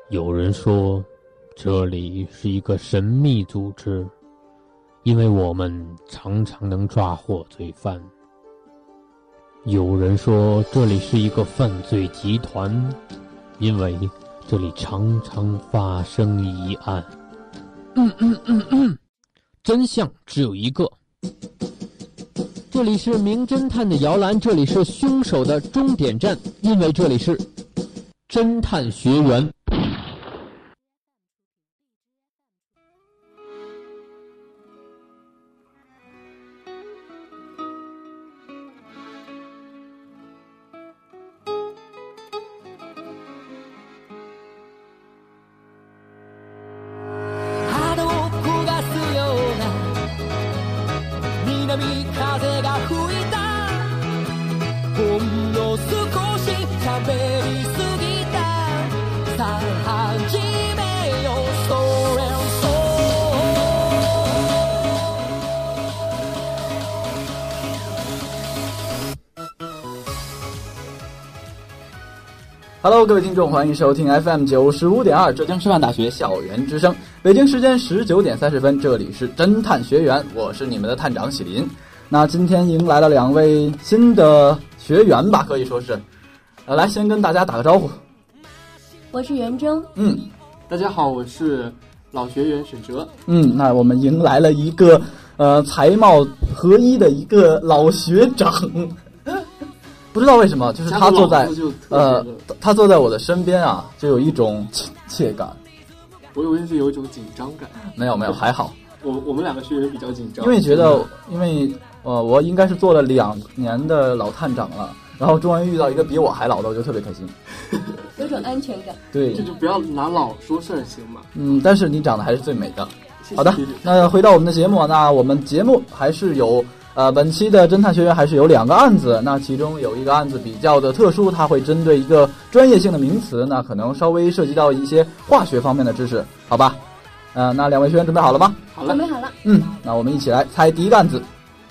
有人说，这里是一个神秘组织，因为我们常常能抓获罪犯。有人说，这里是一个犯罪集团，因为这里常常发生疑案。真相只有一个。这里是名侦探的摇篮，这里是凶手的终点站，因为这里是侦探学园。 Hello， 各位听众，欢迎收听 FM 95.2浙江师范大学校园之声。北京时间19点30分，这里是侦探学园，我是你们的探长喜林。那今天迎来了2位新的学员吧，可以说是，来先跟大家打个招呼。 我是袁征。 大家好，我是老学员沈哲。 那我们迎来了一个才貌合一的一个老学长。不知道为什么，就是他坐在我的身边啊，就有一种亲切感。 我以为是有一种紧张感。 没有，还好。 我们2个学员比较紧张， 因为觉得，我应该是做了2年的老探长了，然后终于遇到一个比我还老的，我就特别开心， 有种安全感。 对， 这就不要拿老说事儿，行吗？ 但是你长得还是最美的。 谢谢。 好的，那回到我们的节目，那我们节目还是有。本期的侦探学院还是有2个案子，那其中有一个案子比较的特殊，它会针对一个专业性的名词，那可能稍微涉及到一些化学方面的知识，好吧？那2位学员准备好了吗？ 好了， 准备好了。 那我们一起来猜第一个案子。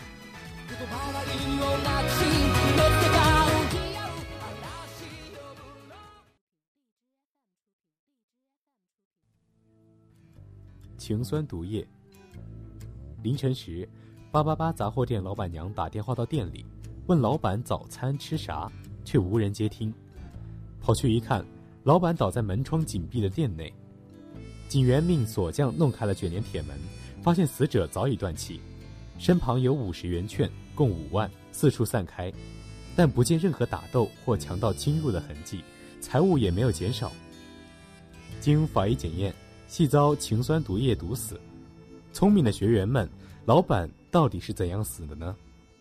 氰酸毒液。凌晨时，888杂货店老板娘打电话到店里，问老板早餐吃啥，却无人接听。跑去一看，老板倒在门窗紧闭的店内。警员命锁匠弄开了卷帘铁门，发现死者早已断气，身旁有50元券，共5万，四处散开，但不见任何打斗或强盗侵入的痕迹，财物也没有减少。经法医检验，系遭氰酸毒液毒死。聪明的学员们，老板到底是怎样死的呢？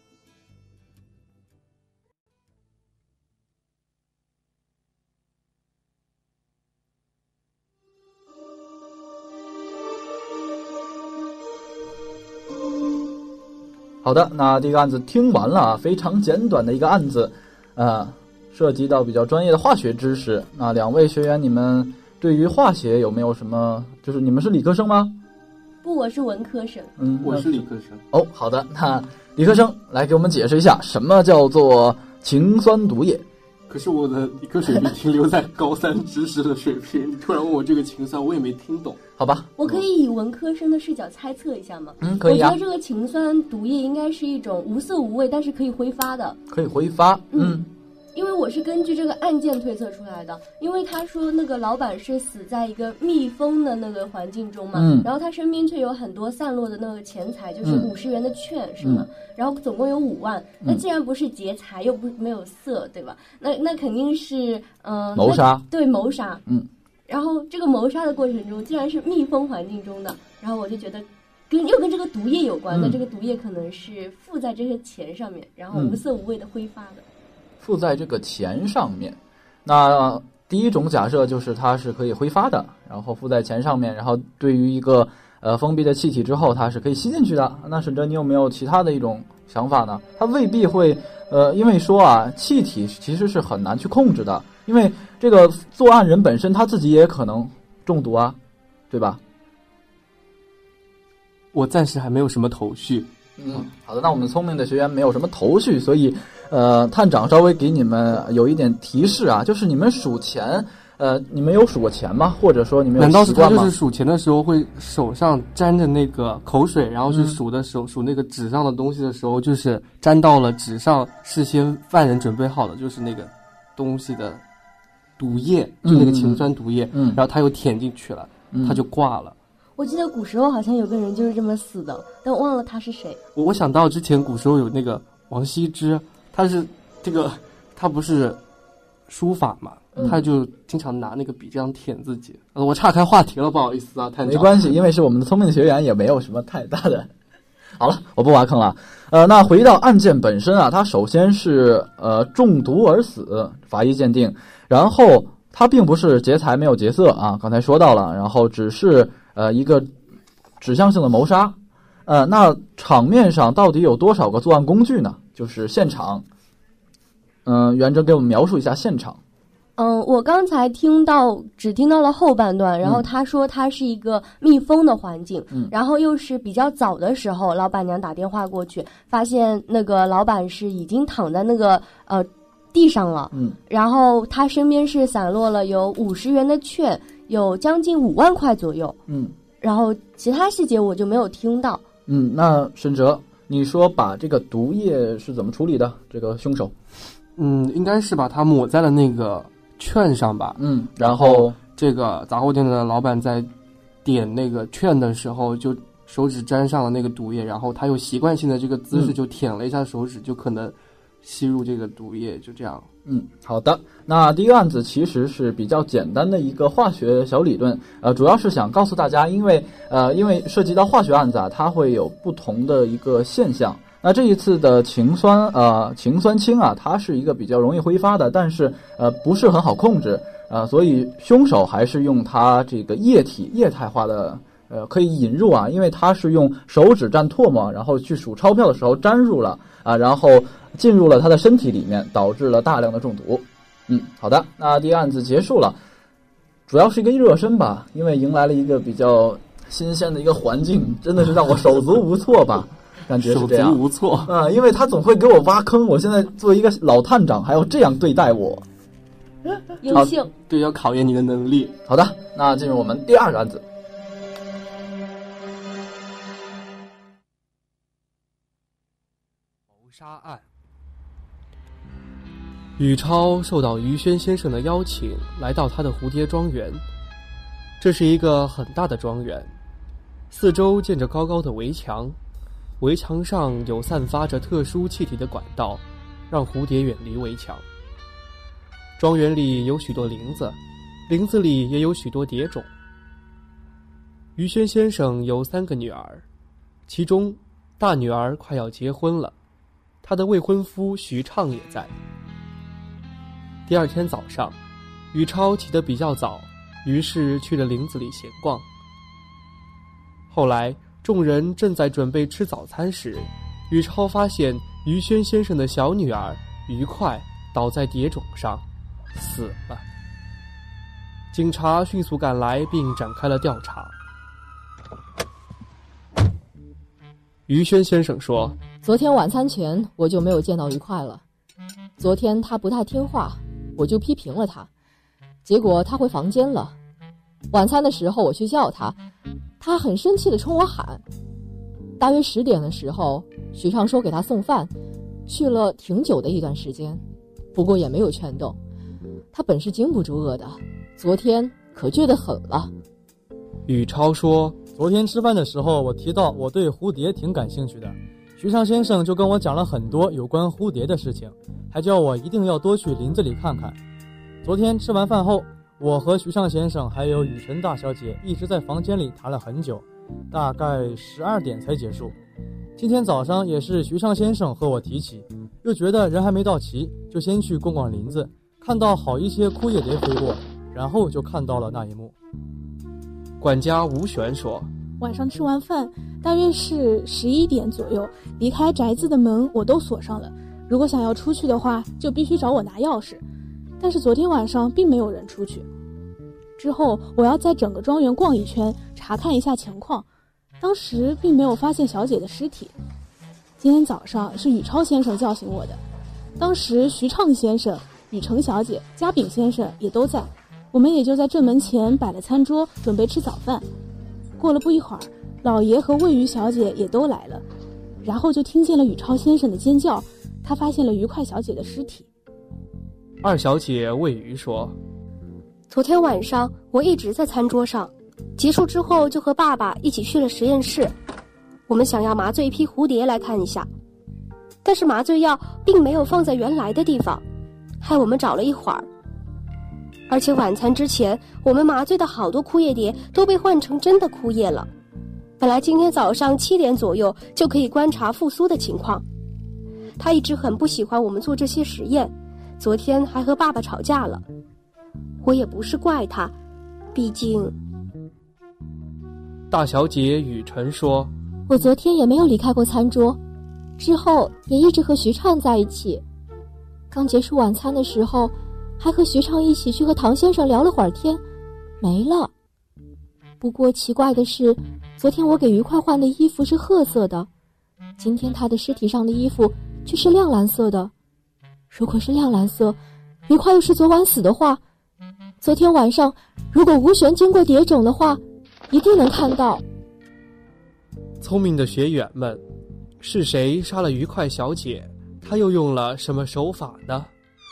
好的，那这个案子听完了啊，非常简短的一个案子，涉及到比较专业的化学知识。那2位学员，你们对于化学有没有什么？就是你们是理科生吗？ 不，我是文科生。 我是理科生。 哦，好的，那理科生来给我们解释一下，什么叫做氰酸毒液？ 可是我的理科水平停留在高3知识的水平，你突然问我这个氰酸，我也没听懂。 好吧， 我可以以文科生的视角猜测一下吗？ 可以啊。 我觉得这个氰酸毒液应该是一种无色无味，但是可以挥发的。 可以挥发。 因为我是根据这个案件推测出来的，因为他说那个老板是死在一个密封的那个环境中嘛，然后他身边却有很多散落的那个钱财，就是50元的券是吗？然后总共有5万，那既然不是劫财，又没有色，对吧？那肯定是谋杀。 对，谋杀。然后这个谋杀的过程中，既然是密封环境中的，然后我就觉得又跟这个毒液有关的，这个毒液可能是附在这些钱上面，然后无色无味的挥发的。 附在这个钱上面，那第一种假设就是它是可以挥发的，然后附在钱上面，然后对于一个封闭的气体之后，它是可以吸进去的。那沈哲，你有没有其他的一种想法呢？它未必会因为说啊，气体其实是很难去控制的，因为这个作案人本身他自己也可能中毒啊，对吧？ 我暂时还没有什么头绪。 好的，那我们聪明的学员没有什么头绪，所以探长稍微给你们有一点提示啊，就是你们数钱你们有数过钱吗？或者说你们有难道是他习惯吗？ 就是数钱的时候会手上沾着那个口水，然后去数的时候、数那个纸上的东西的时候，就是沾到了纸上事先犯人准备好的就是那个东西的毒液，就那个氰酸毒液，然后他又舔进去了，他就挂了。 我记得古时候好像有个人就是这么死的，但我忘了他是谁。 我想到之前古时候有那个王羲之，他不是书法嘛，他就经常拿那个笔这样舔自己。我岔开话题了，不好意思啊，探长。 没关系，因为是我们的聪明学员，也没有什么太大的。好了，我不挖坑了。那回到案件本身啊，它首先是中毒而死，法医鉴定，然后它并不是劫财没有劫色啊，刚才说到了，然后只是一个指向性的谋杀。那场面上到底有多少个作案工具呢？就是现场。元真给我们描述一下现场。 我刚才只听到了后半段，然后他说他是一个密封的环境，然后又是比较早的时候，老板娘打电话过去，发现那个老板是已经躺在那个地上了，然后他身边是散落了有50元的券，有将近5万块左右，然后其他细节我就没有听到。 那沈哲，你说把这个毒液是怎么处理的？这个凶手？ 应该是把它抹在了那个券上吧。 然后这个杂货店的老板在点那个券的时候，就手指沾上了那个毒液，然后他又习惯性的这个姿势就舔了一下手指，就可能吸入这个毒液，就这样。 好的。那第一个案子其实是比较简单的一个化学小理论，主要是想告诉大家，因为涉及到化学案子啊，它会有不同的一个现象。那这一次的氰酸氢啊，它是一个比较容易挥发的，但是不是很好控制所以凶手还是用它这个液态化的可以引入啊，因为它是用手指蘸唾沫，然后去数钞票的时候沾入了然后进入了他的身体里面，导致了大量的中毒。好的，那第一案子结束了，主要是一个热身吧，因为迎来了一个比较新鲜的一个环境，真的是让我手足无措吧。感觉是这样， 手足无措因为他总会给我挖坑，我现在作为一个老探长还要这样对待我， 优秀。 对，要考验你的能力。 好的，那进入我们第二个案子。 谋杀案。宇超受到于轩先生的邀请，来到他的蝴蝶庄园。这是一个很大的庄园，四周建着高高的围墙。围墙上有散发着特殊气体的管道，让蝴蝶远离围墙。庄园里有许多林子，林子里也有许多蝶种。于轩先生有3个女儿，其中大女儿快要结婚了，他的未婚夫徐畅也在。第二天早上，宇超起得比较早，于是去了林子里闲逛。后来众人正在准备吃早餐时，宇超发现于轩先生的小女儿于快倒在蝶种上死了。警察迅速赶来并展开了调查。于轩先生说， 昨天晚餐前我就没有见到于快了。昨天他不太听话，我就批评了他，结果他回房间了。晚餐的时候我去叫他，他很生气地冲我喊。大约10点的时候，许畅说给他送饭，去了挺久的一段时间，不过也没有劝动。他本是经不住饿的，昨天可倔得很了。 宇超说， 昨天吃饭的时候我提到我对蝴蝶挺感兴趣的，徐畅先生就跟我讲了很多有关蝴蝶的事情，还叫我一定要多去林子里看看。昨天吃完饭后，我和徐畅先生还有雨辰大小姐一直在房间里谈了很久，大概12点才结束。今天早上也是徐畅先生和我提起，又觉得人还没到齐，就先去逛逛林子，看到好一些枯叶蝶飞过，然后就看到了那一幕。 管家吴璇说， 晚上吃完饭大约是11点左右，离开宅子的门我都锁上了，如果想要出去的话就必须找我拿钥匙，但是昨天晚上并没有人出去。之后我要在整个庄园逛一圈，查看一下情况，当时并没有发现小姐的尸体。今天早上是宇超先生叫醒我的，当时徐畅先生、雨辰小姐、嘉炳先生也都在， 我们也就在正门前摆了餐桌，准备吃早饭。过了不一会儿，老爷和魏鱼小姐也都来了，然后就听见了宇超先生的尖叫，他发现了愉快小姐的尸体。 二小姐魏鱼说： 昨天晚上我一直在餐桌上，结束之后就和爸爸一起去了实验室，我们想要麻醉一批蝴蝶来看一下，但是麻醉药并没有放在原来的地方，害我们找了一会儿。而且晚餐之前，我们麻醉的好多枯叶蝶都被换成真的枯叶了。本来今天早上7点左右就可以观察复苏的情况。他一直很不喜欢我们做这些实验，昨天还和爸爸吵架了。我也不是怪他，毕竟…… 大小姐雨辰说： 我昨天也没有离开过餐桌，之后也一直和徐畅在一起。刚结束晚餐的时候，还和徐畅一起去和唐先生聊了会儿天，没了。不过奇怪的是，昨天我给愉快换的衣服是褐色的，今天他的尸体上的衣服却是亮蓝色的。如果是亮蓝色，愉快又是昨晚死的话，昨天晚上如果吴璇经过蝶种的话，一定能看到。 聪明的学员们，是谁杀了愉快小姐？他又用了什么手法呢？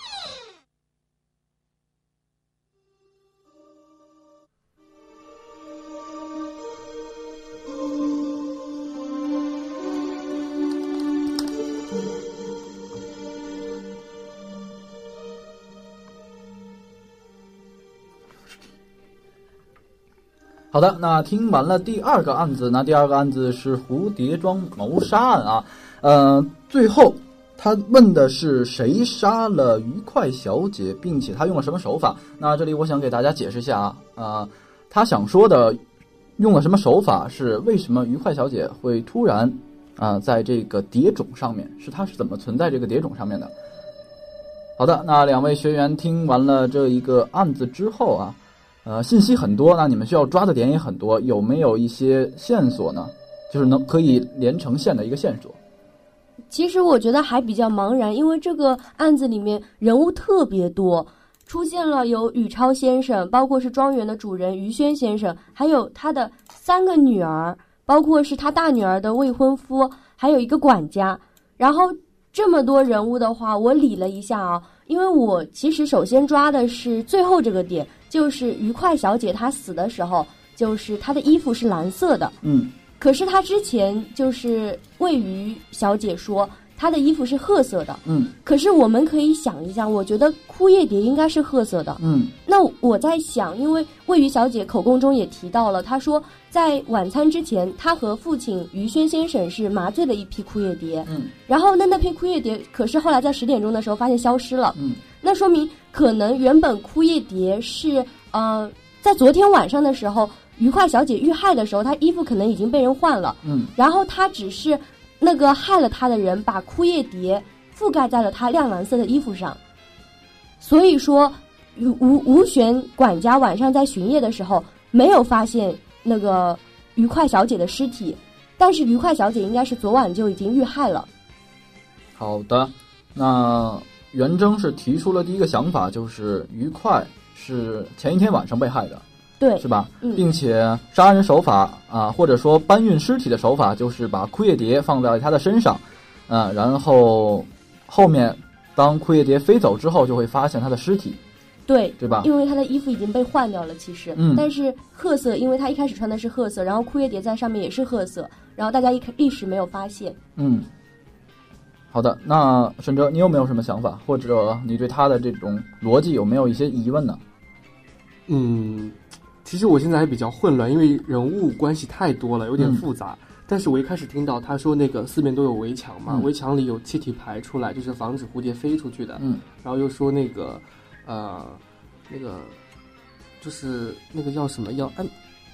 好的，那听完了第二个案子，那第二个案子是蝴蝶庄谋杀案啊。最后他问的是谁杀了愉快小姐，并且他用了什么手法。那这里我想给大家解释一下他想说的用了什么手法是为什么愉快小姐会突然在这个蝶种上面，是他是怎么存在这个蝶种上面的。好的，那两位学员听完了这一个案子之后信息很多，那你们需要抓的点也很多，有没有一些线索呢？就是可以连成线的一个线索。 其实我觉得还比较茫然，因为这个案子里面人物特别多，出现了有宇超先生，包括是庄园的主人于轩先生，还有他的3个女儿，包括是他大女儿的未婚夫，还有一个管家。然后这么多人物的话，我理了一下因为我其实首先抓的是最后这个点，就是愉快小姐她死的时候，就是她的衣服是蓝色的。可是她之前就是魏鱼小姐说她的衣服是褐色的。可是我们可以想一想，我觉得枯叶蝶应该是褐色的。那我在想，因为魏鱼小姐口供中也提到了，她说在晚餐之前，她和父亲于轩先生是麻醉了一批枯叶蝶。然后那批枯叶蝶可是后来在10点钟的时候发现消失了。那说明可能原本枯叶蝶是在昨天晚上的时候，愉快小姐遇害的时候，她衣服可能已经被人换了。然后她只是那个害了她的人把枯叶蝶覆盖在了她亮蓝色的衣服上。所以说吴璇管家晚上在巡夜的时候没有发现那个愉快小姐的尸体，但是愉快小姐应该是昨晚就已经遇害了。 好的，那袁征是提出了第一个想法，就是愉快是前一天晚上被害的， 对， 是吧？并且杀人手法或者说搬运尸体的手法，就是把枯叶蝶放在他的身上，然后后面当枯叶蝶飞走之后，就会发现他的尸体，对吧？ 因为他的衣服已经被换掉了，其实，但是褐色，因为他一开始穿的是褐色，然后枯叶蝶在上面也是褐色，然后大家一时没有发现。 好的，那沈哲，你有没有什么想法，或者你对他的这种逻辑有没有一些疑问呢？ 其实我现在还比较混乱，因为人物关系太多了，有点复杂。但是我一开始听到他说那个4面都有围墙嘛，围墙里有气体排出来，就是防止蝴蝶飞出去的。然后又说那个就是那个叫什么要按，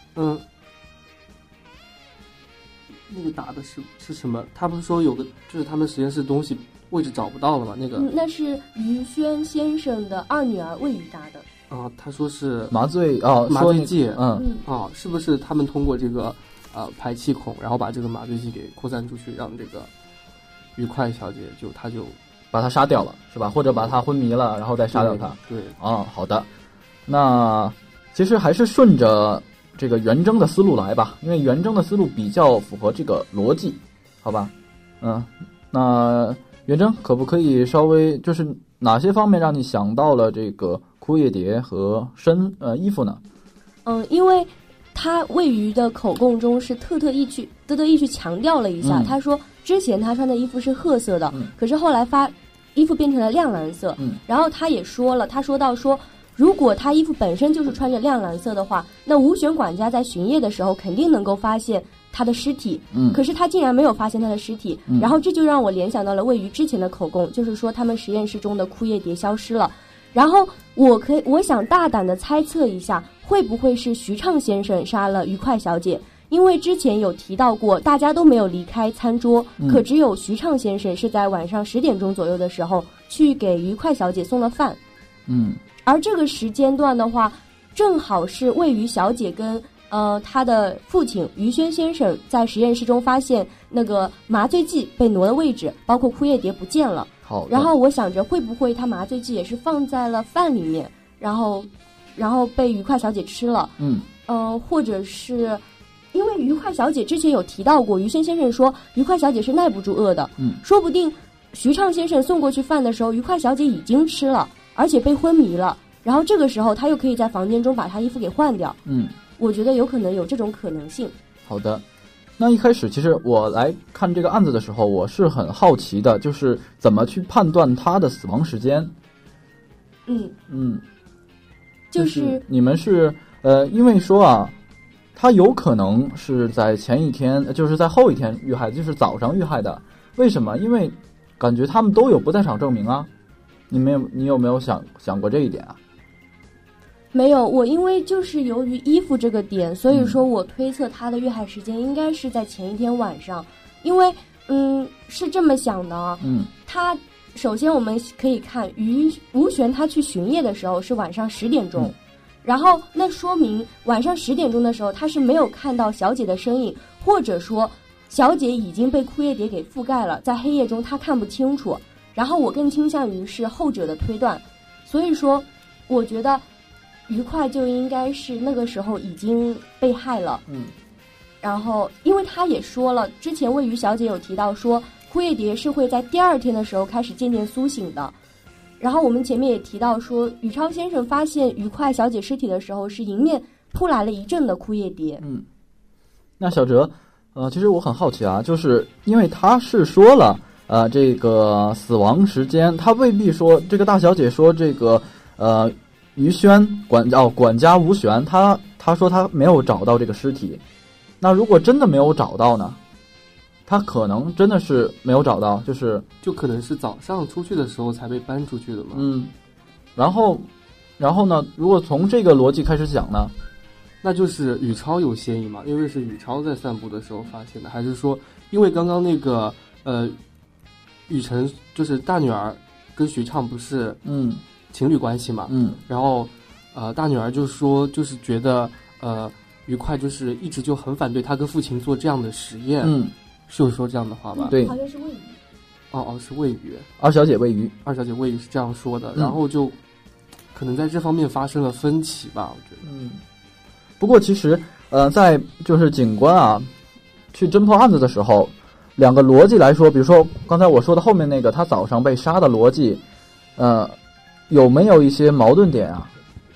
那个打的是什么？他不是说有个就是他们实验室东西位置找不到了吗？ 那是于轩先生的2女儿魏瑜打的。 他说是麻醉剂，是不是他们通过这个排气孔，然后把这个麻醉剂给扩散出去，让这个愉快小姐就把她杀掉了，是吧？或者把她昏迷了，然后再杀掉她。 对， 好的。 那其实还是顺着这个元征的思路来吧，因为元征的思路比较符合这个逻辑，好吧？那元征可不可以稍微就是哪些方面让你想到了这个枯叶蝶和衣服呢？ 因为他魏瑜的口供中是特意去强调了一下，他说之前他穿的衣服是褐色的，可是后来衣服变成了亮蓝色，然后他也说了，他说到说，如果他衣服本身就是穿着亮蓝色的话，那吴玄管家在巡夜的时候肯定能够发现他的尸体，可是他竟然没有发现他的尸体，然后这就让我联想到了魏瑜之前的口供，就是说他们实验室中的枯叶蝶消失了。然后我想大胆的猜测一下，会不会是徐畅先生杀了愉快小姐？因为之前有提到过，大家都没有离开餐桌，可只有徐畅先生是在晚上10点钟左右的时候去给愉快小姐送了饭。而这个时间段的话，正好是魏瑜小姐跟他的父亲于轩先生在实验室中发现那个麻醉剂被挪了位置，包括枯叶蝶不见了。然后我想着会不会他麻醉剂也是放在了饭里面，然后被愉快小姐吃了。或者是因为愉快小姐之前有提到过，于轩先生说愉快小姐是耐不住饿的，说不定徐畅先生送过去饭的时候，愉快小姐已经吃了，而且被昏迷了，然后这个时候他又可以在房间中把她衣服给换掉。我觉得有可能有这种可能性。好的， 那一开始其实我来看这个案子的时候，我是很好奇的，就是怎么去判断他的死亡时间。就是你们是因为说啊，他有可能是在前一天，就是在后一天遇害，就是早上遇害的。为什么？因为感觉他们都有不在场证明啊。你有没有想过这一点啊？ 没有，我因为就是由于衣服这个点，所以说我推测他的遇害时间应该是在前一天晚上。因为是这么想的啊。他首先我们可以看吴玄他去巡夜的时候是晚上10点钟，然后那说明晚上10点钟的时候他是没有看到小姐的身影，或者说小姐已经被枯叶蝶给覆盖了，在黑夜中他看不清楚。然后我更倾向于是后者的推断，所以说我觉得愉快就应该是那个时候已经被害了。然后因为他也说了，之前魏瑜小姐有提到说枯叶蝶是会在第2天的时候开始渐渐苏醒的。然后我们前面也提到说，宇超先生发现愉快小姐尸体的时候是迎面扑来了一阵的枯叶蝶。 那小哲其实我很好奇啊，就是因为他是说了这个死亡时间，他未必说这个大小姐说这个于轩管家吴玄他说他没有找到这个尸体。那如果真的没有找到呢？他可能真的是没有找到， 就可能是早上出去的时候才被搬出去的嘛。 然后呢？如果从这个逻辑开始讲呢， 那就是宇超有嫌疑嘛？因为是宇超在散步的时候发现的，还是说因为刚刚那个雨辰就是大女儿跟徐畅不是情侣关系嘛？然后大女儿就说就是觉得愉快就是一直就很反对他跟父亲做这样的实验。是说这样的话吧？ 对， 好像是魏瑜。 是魏瑜， 二小姐魏瑜是这样说的。然后就可能在这方面发生了分歧吧，我觉得。 不过其实在就是警官啊去侦破案子的时候，两个逻辑来说，比如说刚才我说的后面那个他早上被杀的逻辑，有没有一些矛盾点啊？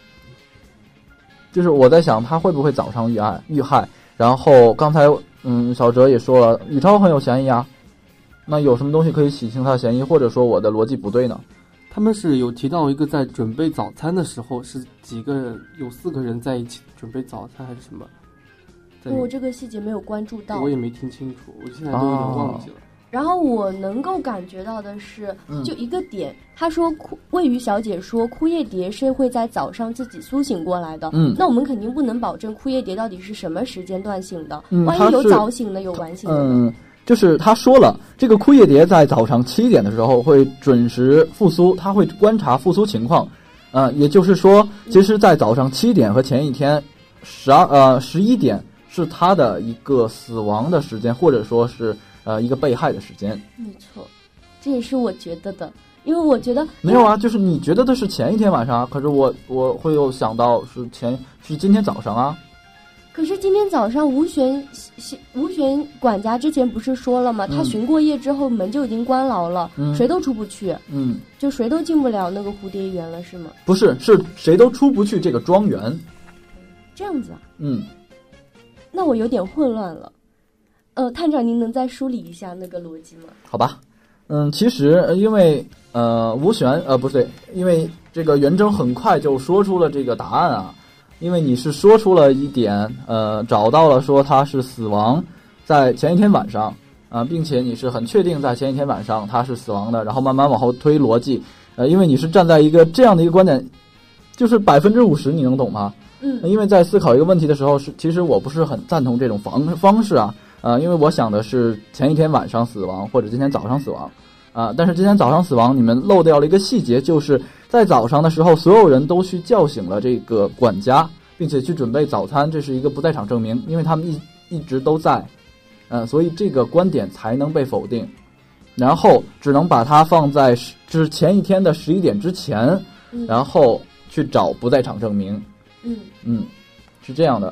就是我在想他会不会早上遇害，然后刚才小哲也说了，宇超很有嫌疑啊。那有什么东西可以洗清他的嫌疑，或者说我的逻辑不对呢？ 他们是有提到一个在准备早餐的时候是几个人，有4个人在一起准备早餐还是什么？ 我这个细节没有关注到， 我也没听清楚，我现在都有点忘记了。 然后我能够感觉到的是，就一个点，他说魏瑜小姐说枯叶蝶是会在早上自己苏醒过来的。那我们肯定不能保证枯叶蝶到底是什么时间段醒的，万一有早醒的，有晚醒的。 就是他说了，这个枯叶蝶在早上7点的时候会准时复苏，他会观察复苏情况。也就是说，其实在早上7点和前一天11点是他的一个死亡的时间，或者说是一个被害的时间。 没错。 这也是我觉得的，因为我觉得没有啊，就是你觉得的是前一天晚上，可是我会有想到是今天早上啊。 可是今天早上吴玄管家之前不是说了吗？他巡过夜之后门就已经关牢了，谁都出不去，就谁都进不了那个蝴蝶园了，是吗？ 不是，是谁都出不去这个庄园。 这样子啊？那我有点混乱了。探长，您能再梳理一下那个逻辑吗？ 好吧，其实因为吴玄不对，因为这个元征很快就说出了这个答案啊。因为你是说出了一点，找到了说他是死亡在前一天晚上，并且你是很确定在前一天晚上他是死亡的，然后慢慢往后推逻辑，因为你是站在一个这样的一个观点，就是50%，你能懂吗？因为在思考一个问题的时候，其实我不是很赞同这种方式啊，因为我想的是前一天晚上死亡或者今天早上死亡。但是今天早上死亡，你们漏掉了一个细节，就是在早上的时候，所有人都去叫醒了这个管家，并且去准备早餐，这是一个不在场证明，因为他们一直都在，所以这个观点才能被否定，然后只能把它放在就是前一天的11点之前，然后去找不在场证明。是这样的。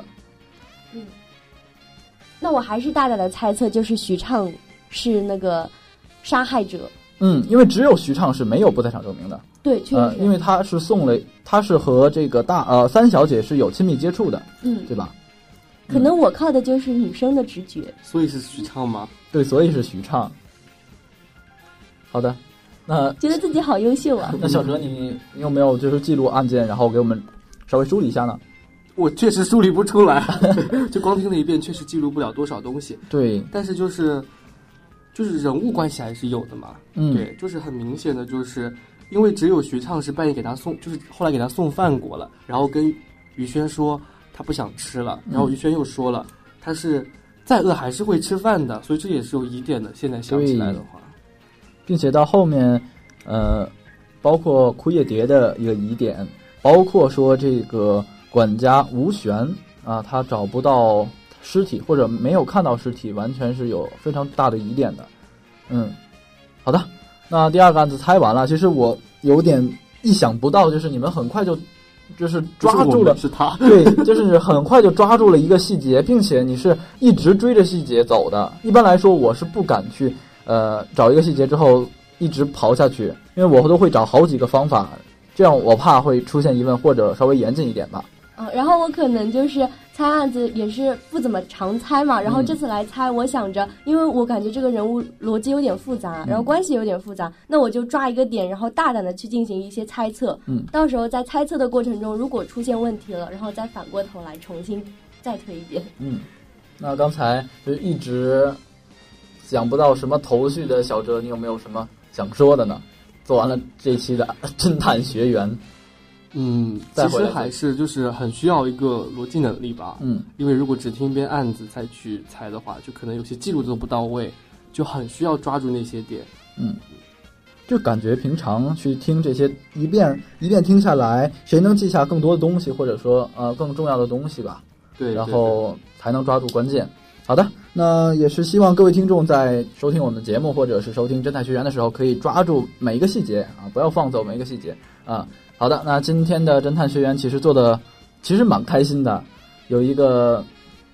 那我还是大胆的猜测，就是徐畅是那个杀害者。 因为只有徐畅是没有不在场证明的。 对，确实。 因为他是和这个三小姐是有亲密接触的，对吧？ 可能我靠的就是女生的直觉。 所以是徐畅吗？ 对，所以是徐畅。好的，那觉得自己好优秀啊。 那小哲，你有没有就是记录案件，然后给我们稍微梳理一下呢？ 我确实梳理不出来，就光听了一遍，确实记录不了多少东西。 对， 但是就是人物关系还是有的嘛。对，就是很明显的，就是因为只有徐畅是半夜给他送，就是后来给他送饭过了，然后跟于轩说他不想吃了，然后于轩又说了他是再饿还是会吃饭的，所以这也是有疑点的。现在想起来的话， 并且到后面，包括枯叶蝶的一个疑点，包括说这个管家吴玄他找不到尸体或者没有看到尸体，完全是有非常大的疑点的。好的，那第二个案子猜完了。其实我有点意想不到，就是你们很快就是抓住了， 是他， 对，就是很快就抓住了一个细节，并且你是一直追着细节走的。一般来说，我是不敢去找一个细节之后一直刨下去，因为我都会找好几个方法，这样我怕会出现疑问或者稍微严谨一点吧。 然后我可能就是猜案子也是不怎么常猜嘛，然后这次来猜，我想着，因为我感觉这个人物逻辑有点复杂，然后关系有点复杂，那我就抓一个点，然后大胆的去进行一些猜测。到时候在猜测的过程中，如果出现问题了，然后再反过头来重新再推一遍。 那刚才就一直想不到什么头绪的小哲，你有没有什么想说的呢？做完了这期的侦探学园。 其实还是就是很需要一个逻辑能力吧。因为如果只听一遍案子再去猜的话，就可能有些记录都不到位，就很需要抓住那些点。 就感觉平常去听这些一遍听下来，谁能记下更多的东西，或者说更重要的东西吧。 对， 然后才能抓住关键。好的，那也是希望各位听众在收听我们的节目或者是收听侦探学园的时候，可以抓住每一个细节不要放走每一个细节好的，那今天的侦探学园其实做的蛮开心的，有一个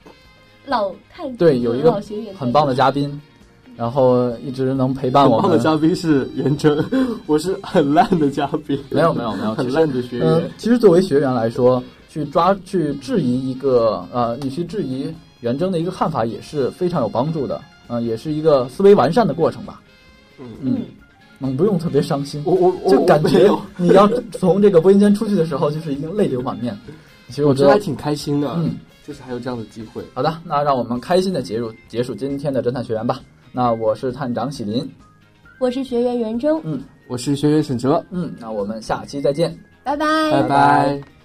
有一个很棒的嘉宾，然后一直能陪伴我们。 很棒的嘉宾是元征，我是很烂的嘉宾。 没有， 很烂的学员。 其实作为学员来说，去质疑一个你去质疑元征的一个看法也是非常有帮助的，也是一个思维完善的过程吧。不用特别伤心，我就感觉你要从这个播音间出去的时候，就是已经泪流满面。其实我觉得还挺开心的，就是还有这样的机会。 好的，那让我们开心的结束今天的侦探学园吧。那我是探长喜林， 我是学员元征， 我是学员沈哲， 那我们下期再见， 拜拜， 拜拜。